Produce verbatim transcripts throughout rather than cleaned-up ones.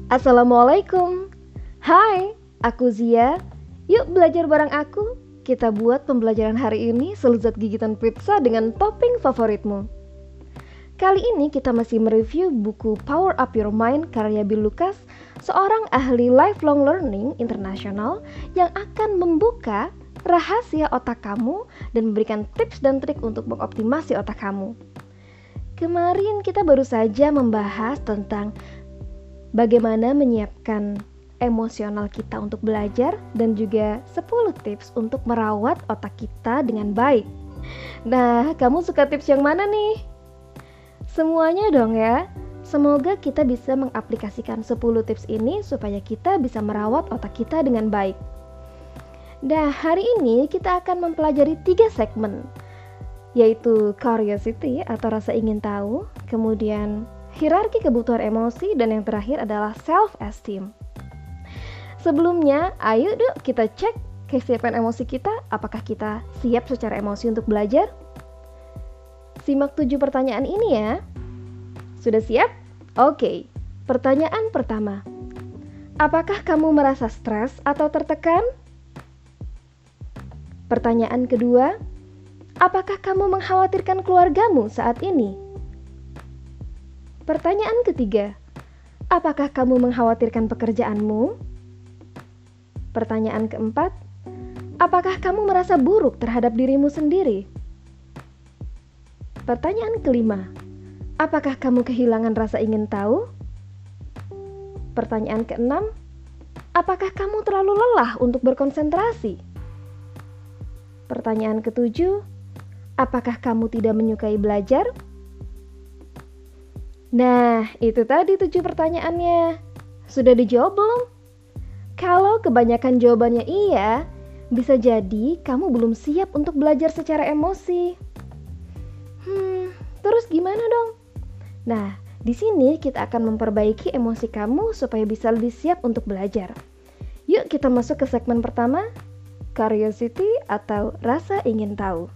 Assalamualaikum. Hai, aku Zia. Yuk belajar bareng aku. Kita buat pembelajaran hari ini selezat gigitan pizza dengan topping favoritmu. Kali ini kita masih mereview buku Power Up Your Mind karya Bill Lucas, seorang ahli lifelong learning internasional yang akan membuka rahasia otak kamu dan memberikan tips dan trik untuk mengoptimasi otak kamu. Kemarin kita baru saja membahas tentang bagaimana menyiapkan emosional kita untuk belajar dan juga sepuluh tips untuk merawat otak kita dengan baik. Nah, kamu suka tips yang mana nih? Semuanya dong ya. Semoga kita bisa mengaplikasikan sepuluh tips ini supaya kita bisa merawat otak kita dengan baik. Nah, hari ini kita akan mempelajari tiga segmen, yaitu curiosity atau rasa ingin tahu, kemudian hierarki kebutuhan emosi, dan yang terakhir adalah self-esteem. Sebelumnya, ayo duk kita cek kesiapan emosi kita. Apakah kita siap secara emosi untuk belajar? Simak tujuh pertanyaan ini ya. Sudah siap? Oke, pertanyaan pertama. Apakah kamu merasa stres atau tertekan? Pertanyaan kedua. Apakah kamu mengkhawatirkan keluargamu saat ini? Pertanyaan ketiga, apakah kamu mengkhawatirkan pekerjaanmu? Pertanyaan keempat, apakah kamu merasa buruk terhadap dirimu sendiri? Pertanyaan kelima, apakah kamu kehilangan rasa ingin tahu? Pertanyaan keenam, apakah kamu terlalu lelah untuk berkonsentrasi? Pertanyaan ketujuh, apakah kamu tidak menyukai belajar? Nah, itu tadi tujuh pertanyaannya. Sudah dijawab belum? Kalau kebanyakan jawabannya iya, bisa jadi kamu belum siap untuk belajar secara emosi. Hmm, terus gimana dong? Nah, di sini kita akan memperbaiki emosi kamu supaya bisa lebih siap untuk belajar. Yuk kita masuk ke segmen pertama, curiosity atau rasa ingin tahu.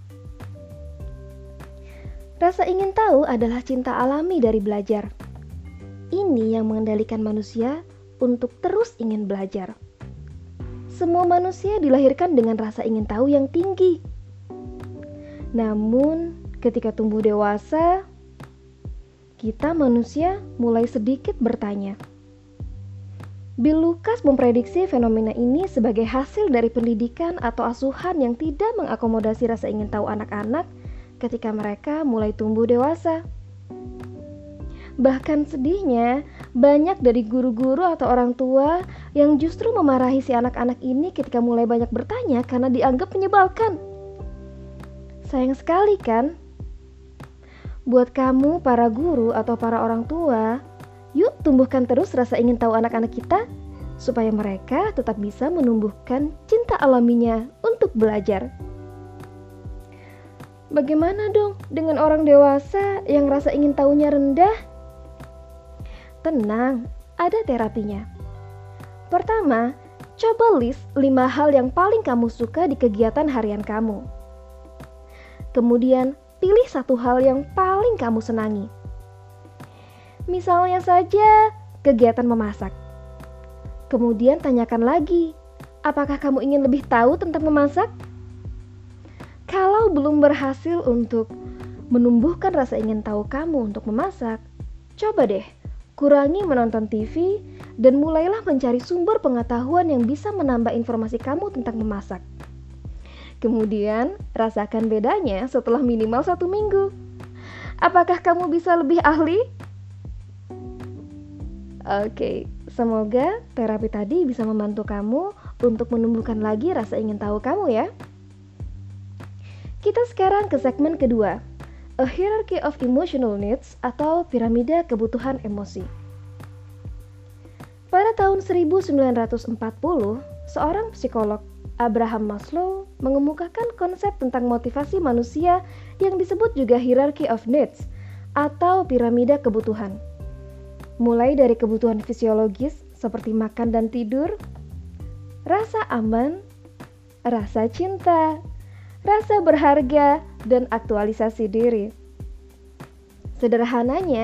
Rasa ingin tahu adalah cinta alami dari belajar. Ini yang mengendalikan manusia untuk terus ingin belajar. Semua manusia dilahirkan dengan rasa ingin tahu yang tinggi. Namun, ketika tumbuh dewasa, kita manusia mulai sedikit bertanya. Bill Lucas memprediksi fenomena ini sebagai hasil dari pendidikan atau asuhan yang tidak mengakomodasi rasa ingin tahu anak-anak ketika mereka mulai tumbuh dewasa. Bahkan sedihnya, banyak dari guru-guru atau orang tua yang justru memarahi si anak-anak ini ketika mulai banyak bertanya karena dianggap menyebalkan. Sayang sekali kan? Buat kamu para guru atau para orang tua, yuk tumbuhkan terus rasa ingin tahu anak-anak kita supaya mereka tetap bisa menumbuhkan cinta alaminya untuk belajar. Bagaimana dong dengan orang dewasa yang rasa ingin tahunya rendah? Tenang, ada terapinya. Pertama, coba list lima hal yang paling kamu suka di kegiatan harian kamu. Kemudian, pilih satu hal yang paling kamu senangi. Misalnya saja, kegiatan memasak. Kemudian tanyakan lagi, apakah kamu ingin lebih tahu tentang memasak? Kalau belum berhasil untuk menumbuhkan rasa ingin tahu kamu untuk memasak, coba deh kurangi menonton T V dan mulailah mencari sumber pengetahuan yang bisa menambah informasi kamu tentang memasak. Kemudian, rasakan bedanya setelah minimal satu minggu. Apakah kamu bisa lebih ahli? Oke, semoga terapi tadi bisa membantu kamu untuk menumbuhkan lagi rasa ingin tahu kamu ya. Kita sekarang ke segmen kedua, A Hierarchy of Emotional Needs atau piramida kebutuhan emosi. Pada tahun seribu sembilan ratus empat puluh, seorang psikolog, Abraham Maslow, mengemukakan konsep tentang motivasi manusia yang disebut juga Hierarchy of Needs atau piramida kebutuhan. Mulai dari kebutuhan fisiologis seperti makan dan tidur, rasa aman, rasa cinta, rasa berharga, dan aktualisasi diri. Sederhananya,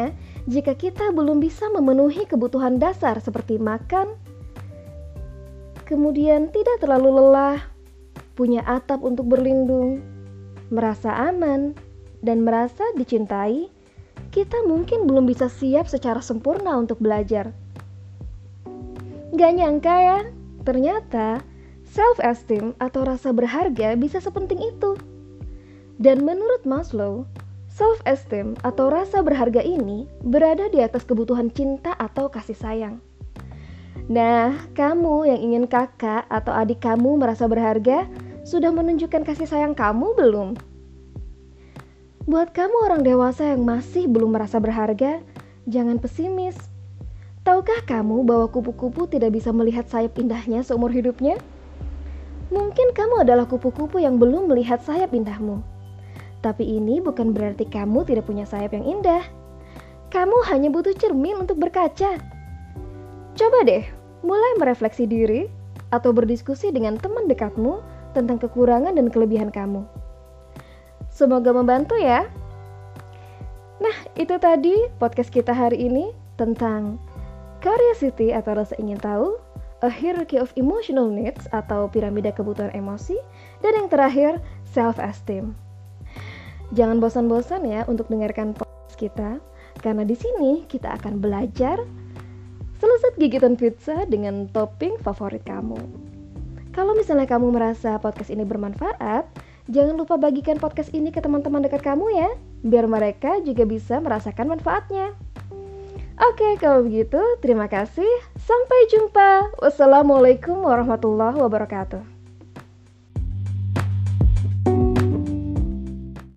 Jika kita belum bisa memenuhi kebutuhan dasar seperti makan, kemudian tidak terlalu lelah, punya atap untuk berlindung, merasa aman, dan merasa dicintai, kita mungkin belum bisa siap secara sempurna untuk belajar. Gak nyangka ya, ternyata self-esteem atau rasa berharga bisa sepenting itu. Dan menurut Maslow, self-esteem atau rasa berharga ini berada di atas kebutuhan cinta atau kasih sayang. Nah, kamu yang ingin kakak atau adik kamu merasa berharga, sudah menunjukkan kasih sayang kamu belum? Buat kamu orang dewasa yang masih belum merasa berharga, jangan pesimis. Tahukah kamu bahwa kupu-kupu tidak bisa melihat sayap indahnya seumur hidupnya? Mungkin kamu adalah kupu-kupu yang belum melihat sayap indahmu. Tapi ini bukan berarti kamu tidak punya sayap yang indah. Kamu hanya butuh cermin untuk berkaca. Coba deh, mulai merefleksi diri atau berdiskusi dengan teman dekatmu tentang kekurangan dan kelebihan kamu. Semoga membantu ya. Nah, itu tadi podcast kita hari ini tentang curiosity atau rasa ingin tahu, a hierarchy of emotional needs atau piramida kebutuhan emosi, dan yang terakhir, self-esteem. Jangan bosan-bosan ya untuk dengarkan podcast kita, karena di sini kita akan belajar selesai gigitan pizza dengan topping favorit kamu. Kalau misalnya kamu merasa podcast ini bermanfaat, jangan lupa bagikan podcast ini ke teman-teman dekat kamu ya, biar mereka juga bisa merasakan manfaatnya. Oke, kalau begitu, terima kasih. Sampai jumpa. Wassalamualaikum warahmatullahi wabarakatuh.